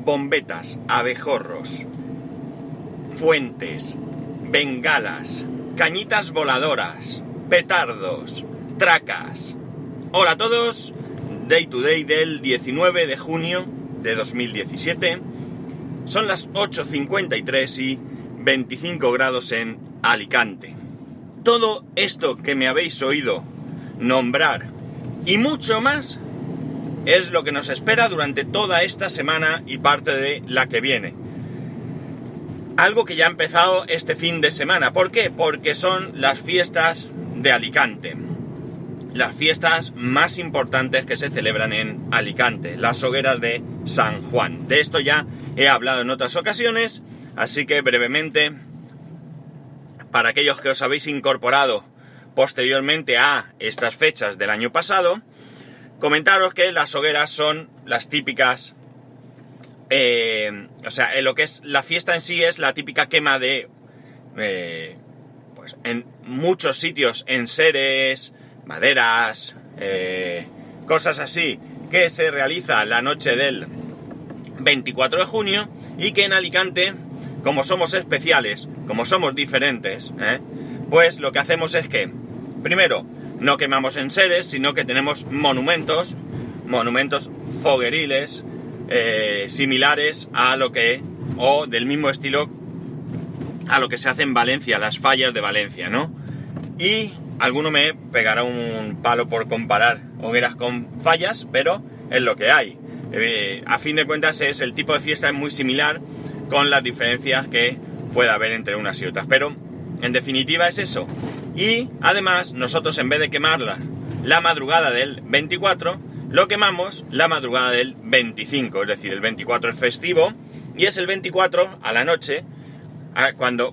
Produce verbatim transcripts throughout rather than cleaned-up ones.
bombetas, abejorros, fuentes, bengalas, cañitas voladoras, petardos, tracas. Hola a todos, Day to Day del diecinueve de junio de dos mil diecisiete. Son las ocho cincuenta y tres y veinticinco grados en Alicante. Todo esto que me habéis oído nombrar y mucho más es lo que nos espera durante toda esta semana y parte de la que viene. Algo que ya ha empezado este fin de semana. ¿Por qué? Porque son las fiestas de Alicante. Las fiestas más importantes que se celebran en Alicante. Las hogueras de San Juan. De esto ya he hablado en otras ocasiones. Así que brevemente, para aquellos que os habéis incorporado posteriormente a estas fechas del año pasado, comentaros que las hogueras son las típicas... Eh, o sea, en lo que es la fiesta en sí es la típica quema de... Eh, pues en muchos sitios, enseres, maderas, eh, cosas así, que se realiza la noche del veinticuatro de junio y que en Alicante, como somos especiales, como somos diferentes, ¿eh? pues lo que hacemos es que, primero, no quemamos enseres, sino que tenemos monumentos, monumentos fogueriles, eh, similares a lo que, o del mismo estilo a lo que se hace en Valencia, las fallas de Valencia, ¿no? Y alguno me pegará un palo por comparar hogueras con fallas, pero es lo que hay. Eh, a fin de cuentas es el tipo de fiesta es muy similar, con las diferencias que pueda haber entre unas y otras, pero en definitiva es eso. Y además nosotros, en vez de quemarla la madrugada del veinticuatro, lo quemamos la madrugada del veinticinco, es decir, el veinticuatro es festivo y es el veinticuatro a la noche cuando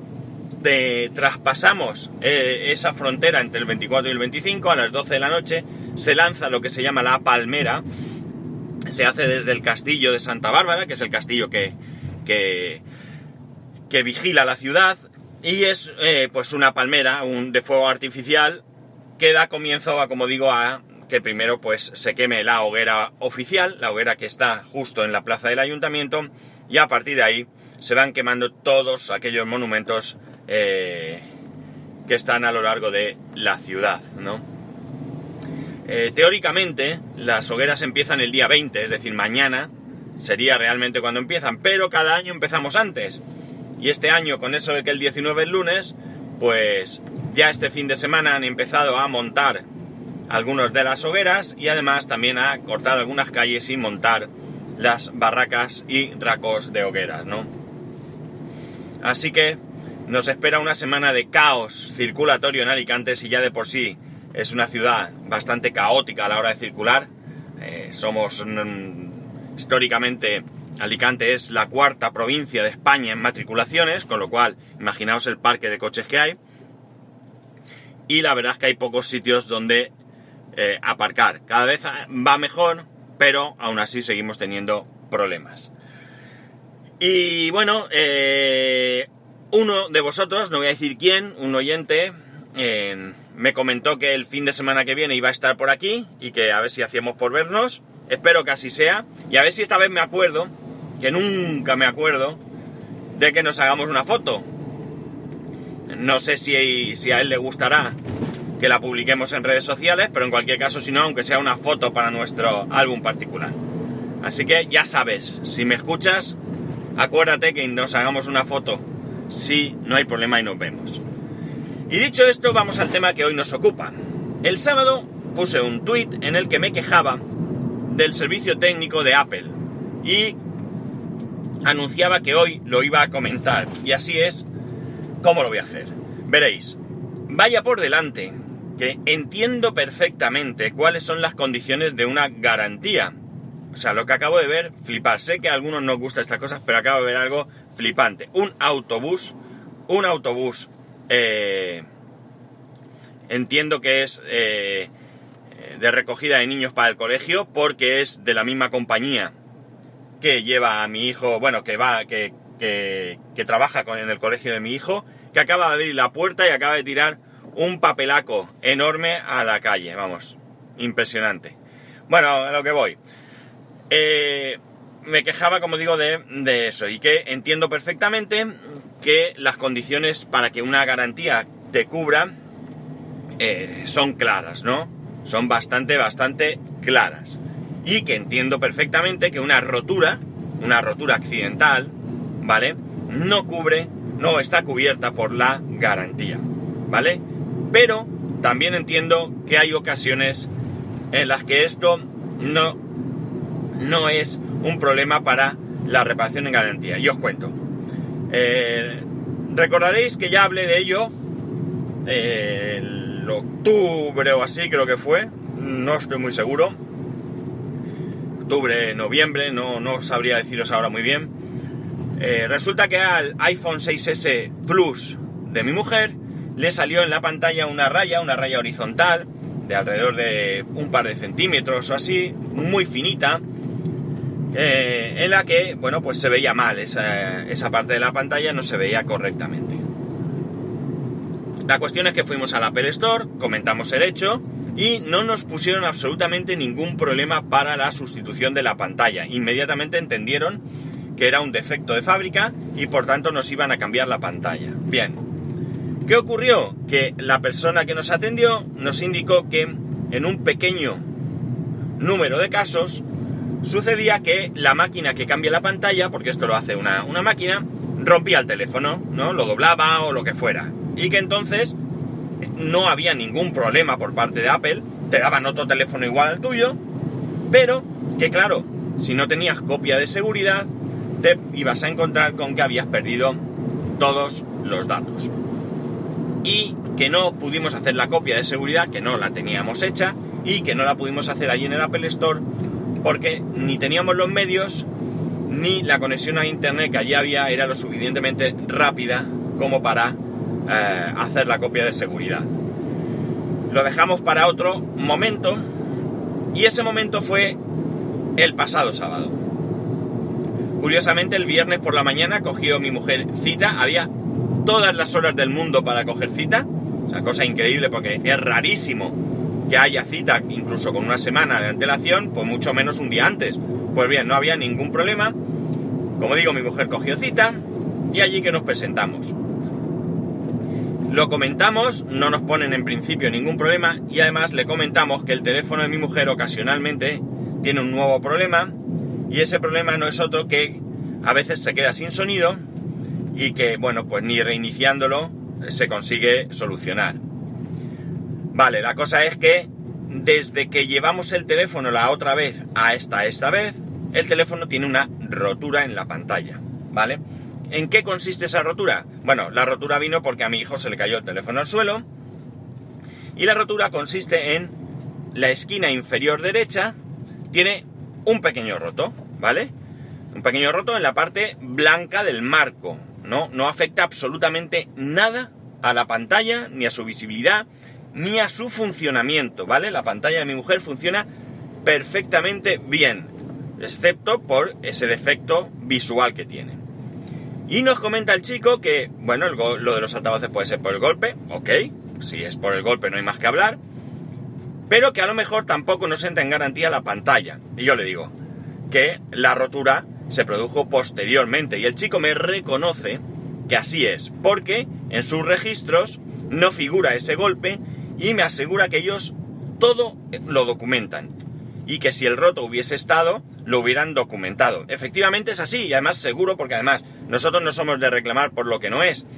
de, traspasamos eh, esa frontera entre el veinticuatro y el veinticinco. A las doce de la noche se lanza lo que se llama la palmera. Se hace desde el castillo de Santa Bárbara, que es el castillo que, que, que vigila la ciudad, y es eh, pues una palmera un, de fuego artificial que da comienzo a, como digo, a que primero pues se queme la hoguera oficial, la hoguera que está justo en la plaza del ayuntamiento, y a partir de ahí se van quemando todos aquellos monumentos eh, que están a lo largo de la ciudad, ¿no? Eh, teóricamente las hogueras empiezan el día veinte, es decir, mañana sería realmente cuando empiezan, pero cada año empezamos antes. Y este año, con eso de que el diecinueve es lunes, pues ya este fin de semana han empezado a montar algunos de las hogueras y además también a cortar algunas calles y montar las barracas y racos de hogueras, ¿no? Así que nos espera una semana de caos circulatorio en Alicante, si ya de por sí es una ciudad bastante caótica a la hora de circular. Eh, somos mm, históricamente... Alicante es la cuarta provincia de España en matriculaciones, con lo cual imaginaos el parque de coches que hay. Y la verdad es que hay pocos sitios donde eh, aparcar. Cada vez va mejor, pero aún así seguimos teniendo problemas. Y bueno, eh, uno de vosotros, no voy a decir quién, un oyente, eh, me comentó que el fin de semana que viene iba a estar por aquí y que a ver si hacíamos por vernos. Espero que así sea y a ver si esta vez me acuerdo, que nunca me acuerdo, de que nos hagamos una foto. No sé si, si a él le gustará que la publiquemos en redes sociales, pero en cualquier caso, si no, aunque sea una foto para nuestro álbum particular. Así que ya sabes, si me escuchas, acuérdate que nos hagamos una foto, si no hay problema y nos vemos. Y dicho esto, vamos al tema que hoy nos ocupa. El sábado puse un tuit en el que me quejaba del servicio técnico de Apple y anunciaba que hoy lo iba a comentar, y así es como lo voy a hacer. Veréis, vaya por delante que entiendo perfectamente cuáles son las condiciones de una garantía. O sea, lo que acabo de ver, flipar. Sé que a algunos no os gusta estas cosas, pero acabo de ver algo flipante. Un autobús, un autobús, eh, entiendo que es eh, de recogida de niños para el colegio, porque es de la misma compañía que lleva a mi hijo, bueno, que va, que, que, que trabaja con, en el colegio de mi hijo, que acaba de abrir la puerta y acaba de tirar un papelaco enorme a la calle, vamos, impresionante. Bueno, a lo que voy. Eh, me quejaba, como digo, de, de eso, y que entiendo perfectamente que las condiciones para que una garantía te cubra eh, son claras, ¿no? Son bastante, bastante claras. Y que entiendo perfectamente que una rotura, una rotura accidental, ¿vale?, no cubre, no está cubierta por la garantía, ¿vale? Pero también entiendo que hay ocasiones en las que esto no, no es un problema para la reparación en garantía. Y os cuento. Eh, recordaréis que ya hablé de ello eh, en octubre o así, creo que fue. No estoy muy seguro. Octubre, noviembre, no, no sabría deciros ahora muy bien. Eh, resulta que al iPhone seis ese Plus de mi mujer le salió en la pantalla una raya, una raya horizontal de alrededor de un par de centímetros o así, muy finita, eh, en la que, bueno, pues se veía mal, esa, esa parte de la pantalla no se veía correctamente. La cuestión es que fuimos al Apple Store, comentamos el hecho y no nos pusieron absolutamente ningún problema para la sustitución de la pantalla. Inmediatamente entendieron que era un defecto de fábrica y por tanto nos iban a cambiar la pantalla. Bien, ¿qué ocurrió? Que la persona que nos atendió nos indicó que en un pequeño número de casos sucedía que la máquina que cambia la pantalla, porque esto lo hace una, una máquina, rompía el teléfono, ¿no? Lo doblaba o lo que fuera. Y que entonces no había ningún problema por parte de Apple, te daban otro teléfono igual al tuyo, pero que claro, si no tenías copia de seguridad, te ibas a encontrar con que habías perdido todos los datos. Y que no pudimos hacer la copia de seguridad, que no la teníamos hecha, y que no la pudimos hacer allí en el Apple Store, porque ni teníamos los medios, ni la conexión a internet que allí había era lo suficientemente rápida como para eh, hacer la copia de seguridad. Lo dejamos para otro momento, y ese momento fue el pasado sábado. Curiosamente, el viernes por la mañana cogió mi mujer cita, había todas las horas del mundo para coger cita, o sea, cosa increíble porque es rarísimo que haya cita incluso con una semana de antelación, pues mucho menos un día antes. Pues bien, no había ningún problema, como digo, mi mujer cogió cita y allí que nos presentamos. Lo comentamos, no nos ponen en principio ningún problema y además le comentamos que el teléfono de mi mujer ocasionalmente tiene un nuevo problema. Y ese problema no es otro que a veces se queda sin sonido y que, bueno, pues ni reiniciándolo se consigue solucionar. Vale, la cosa es que desde que llevamos el teléfono la otra vez a esta, esta vez, el teléfono tiene una rotura en la pantalla, ¿vale? ¿En qué consiste esa rotura? Bueno, la rotura vino porque a mi hijo se le cayó el teléfono al suelo y la rotura consiste en la esquina inferior derecha tiene un pequeño roto, ¿vale? Un pequeño roto en la parte blanca del marco, ¿no? No afecta absolutamente nada a la pantalla, ni a su visibilidad, ni a su funcionamiento, ¿vale? La pantalla de mi mujer funciona perfectamente bien, excepto por ese defecto visual que tiene. Y nos comenta el chico que, bueno, el go- lo de los altavoces puede ser por el golpe, ok, si es por el golpe no hay más que hablar, pero que a lo mejor tampoco nos entra en garantía la pantalla. Y yo le digo que la rotura se produjo posteriormente y el chico me reconoce que así es, porque en sus registros no figura ese golpe y me asegura que ellos todo lo documentan y que si el roto hubiese estado lo hubieran documentado. Efectivamente es así y además seguro, porque además nosotros no somos de reclamar por lo que no es.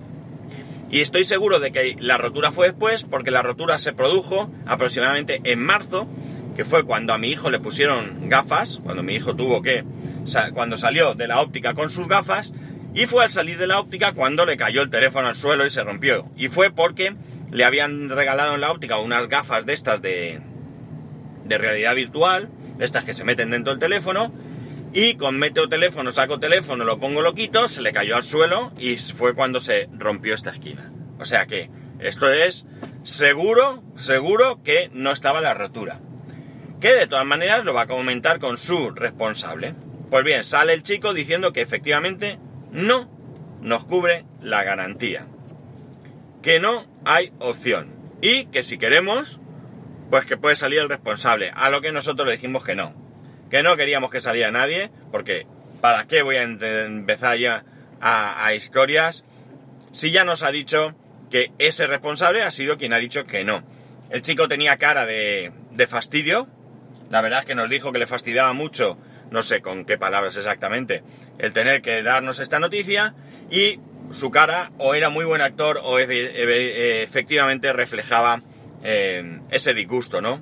Y estoy seguro de que la rotura fue después, porque la rotura se produjo aproximadamente en marzo, que fue cuando a mi hijo le pusieron gafas, cuando mi hijo tuvo que, cuando salió de la óptica con sus gafas, y fue al salir de la óptica cuando le cayó el teléfono al suelo y se rompió. Y fue porque le habían regalado en la óptica unas gafas de estas de, de realidad virtual, de estas que se meten dentro del teléfono, y con meto teléfono, saco teléfono, lo pongo, lo quito, se le cayó al suelo y fue cuando se rompió esta esquina. O sea que esto es seguro, seguro que no estaba la rotura. Que de todas maneras lo va a comentar con su responsable. Pues bien, sale el chico diciendo que efectivamente no nos cubre la garantía. Que no hay opción. Y que si queremos, pues que puede salir el responsable. A lo que nosotros le dijimos que no. que no queríamos que saliera nadie, porque ¿para qué voy a empezar ya a, a historias? Si ya nos ha dicho que ese responsable ha sido quien ha dicho que no. El chico tenía cara de, de fastidio, la verdad es que nos dijo que le fastidiaba mucho, no sé con qué palabras exactamente, el tener que darnos esta noticia, y su cara o era muy buen actor o e- e- efectivamente reflejaba eh, ese disgusto, ¿no?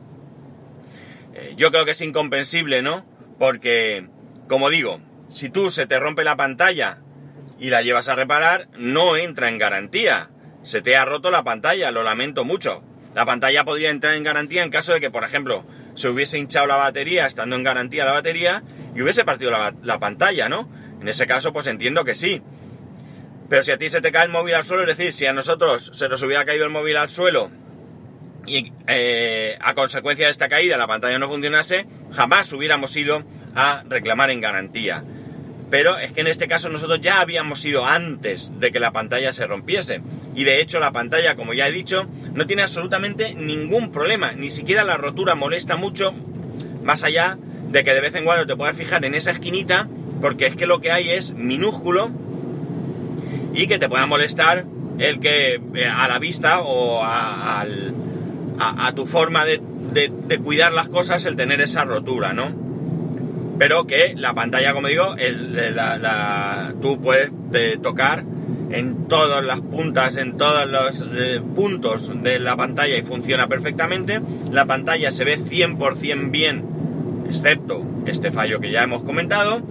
Eh, yo creo que es incomprensible, ¿no? Porque, como digo, si tú se te rompe la pantalla y la llevas a reparar, no entra en garantía. Se te ha roto la pantalla, lo lamento mucho. La pantalla podría entrar en garantía en caso de que, por ejemplo, se hubiese hinchado la batería, estando en garantía la batería, y hubiese partido la, la pantalla, ¿no? En ese caso, pues entiendo que sí. Pero si a ti se te cae el móvil al suelo, es decir, si a nosotros se nos hubiera caído el móvil al suelo y eh, a consecuencia de esta caída la pantalla no funcionase, jamás hubiéramos ido a reclamar en garantía. Pero es que en este caso nosotros ya habíamos ido antes de que la pantalla se rompiese. Y de hecho la pantalla, como ya he dicho, no tiene absolutamente ningún problema. Ni siquiera la rotura molesta mucho, más allá de que de vez en cuando te puedas fijar en esa esquinita, porque es que lo que hay es minúsculo y que te pueda molestar el que eh, a la vista o a, al, a, a tu forma de, de, de cuidar las cosas el tener esa rotura, ¿no? Pero que la pantalla, como digo, el, la, la, tú puedes de, tocar en todas las puntas, en todos los eh, puntos de la pantalla y funciona perfectamente. La pantalla se ve cien por ciento bien, excepto este fallo que ya hemos comentado.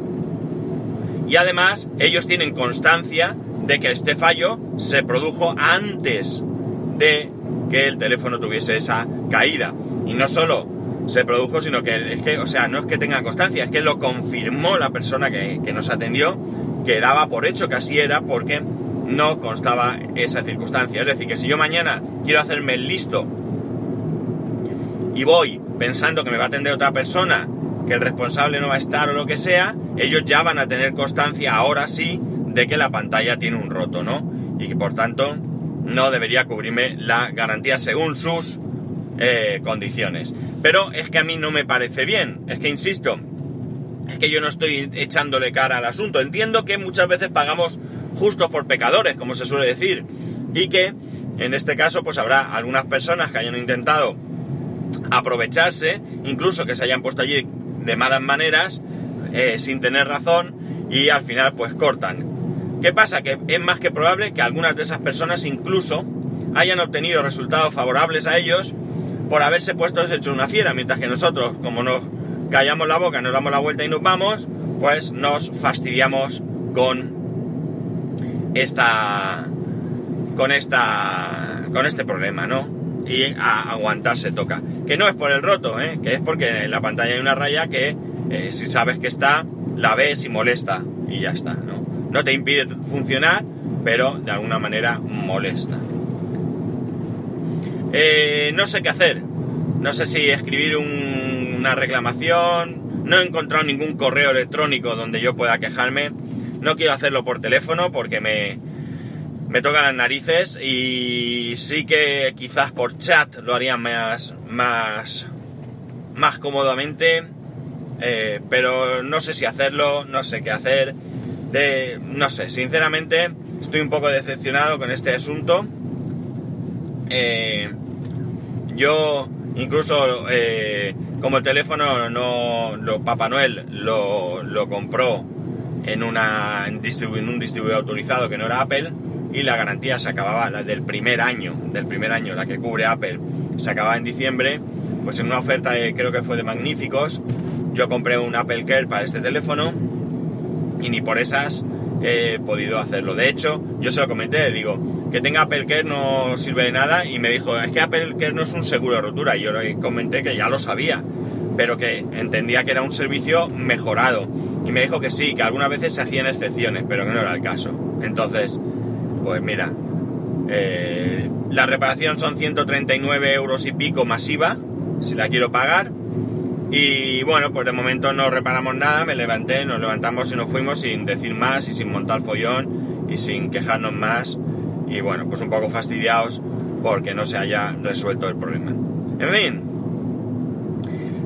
Y además ellos tienen constancia de que este fallo se produjo antes de que el teléfono tuviese esa caída. Y no solo se produjo, sino que es que, o sea, no es que tengan constancia, es que lo confirmó la persona que, que nos atendió, que daba por hecho que así era porque no constaba esa circunstancia. Es decir, que si yo mañana quiero hacerme el listo y voy pensando que me va a atender otra persona, que el responsable no va a estar o lo que sea, ellos ya van a tener constancia, ahora sí, de que la pantalla tiene un roto, ¿no? Y que por tanto no debería cubrirme la garantía según sus eh, condiciones. Pero es que a mí no me parece bien, es que insisto, es que yo no estoy echándole cara al asunto. Entiendo que muchas veces pagamos justos por pecadores, como se suele decir, y que en este caso pues habrá algunas personas que hayan intentado aprovecharse, incluso que se hayan puesto allí de malas maneras, eh, sin tener razón, y al final pues cortan. ¿Qué pasa? Que es más que probable que algunas de esas personas incluso hayan obtenido resultados favorables a ellos por haberse puesto hecho una fiera, mientras que nosotros, como nos callamos la boca, nos damos la vuelta y nos vamos, pues nos fastidiamos con esta con esta con este problema, ¿no? Y a aguantarse toca. Que no es por el roto, ¿eh? Que es porque en la pantalla hay una raya que eh, si sabes que está, la ves y molesta y ya está, ¿no? No te impide funcionar, pero de alguna manera molesta. Eh, no sé qué hacer. No sé si escribir un, una reclamación. No he encontrado ningún correo electrónico donde yo pueda quejarme. No quiero hacerlo por teléfono porque me, me tocan las narices, y sí que quizás por chat lo haría más, más, más cómodamente. Eh, pero no sé si hacerlo, no sé qué hacer. De, no sé, sinceramente estoy un poco decepcionado con este asunto. Eh, yo incluso eh, como el teléfono no lo, Papá Noel lo, lo compró en, una, en, distribu, en un distribuidor autorizado que no era Apple, y la garantía se acababa, la del primer año, del primer año, la que cubre Apple, se acababa en diciembre. Pues en una oferta de, creo que fue de Magníficos, yo compré un Apple Care para este teléfono y ni por esas he podido hacerlo. De hecho, yo se lo comenté, digo, que tenga Apple Care no sirve de nada, y me dijo, es que Apple Care no es un seguro de rotura, y yo le comenté que ya lo sabía, pero que entendía que era un servicio mejorado, y me dijo que sí, que algunas veces se hacían excepciones, pero que no era el caso. Entonces, pues mira, eh, la reparación son ciento treinta y nueve euros y pico masiva, si la quiero pagar. Y bueno, pues de momento no reparamos nada, me levanté, nos levantamos y nos fuimos sin decir más y sin montar follón y sin quejarnos más. Y bueno, pues un poco fastidiados porque no se haya resuelto el problema. En fin,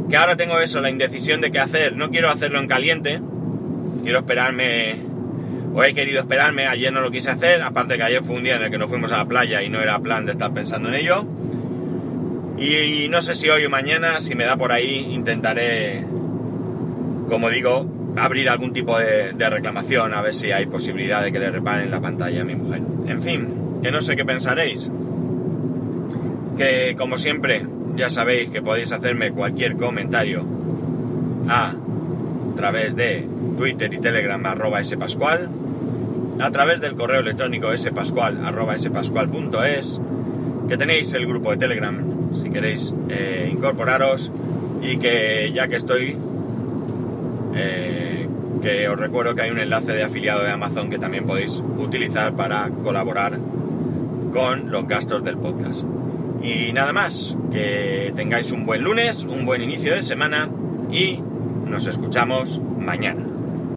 que ahora tengo eso, la indecisión de qué hacer. No quiero hacerlo en caliente, quiero esperarme, o he querido esperarme, ayer no lo quise hacer, aparte que ayer fue un día en el que nos fuimos a la playa y no era plan de estar pensando en ello. Y, y no sé si hoy o mañana, si me da por ahí, intentaré, como digo, abrir algún tipo de, de reclamación, a ver si hay posibilidad de que le reparen la pantalla a mi mujer. En fin, que no sé qué pensaréis. Que como siempre, ya sabéis que podéis hacerme cualquier comentario a través de Twitter y Telegram arroba spascual, a través del correo electrónico spascual arroba spascual punto es, que tenéis el grupo de Telegram si queréis eh, incorporaros, y que ya que estoy, eh, que os recuerdo que hay un enlace de afiliado de Amazon que también podéis utilizar para colaborar con los gastos del podcast. Y nada más, que tengáis un buen lunes, un buen inicio de semana y nos escuchamos mañana.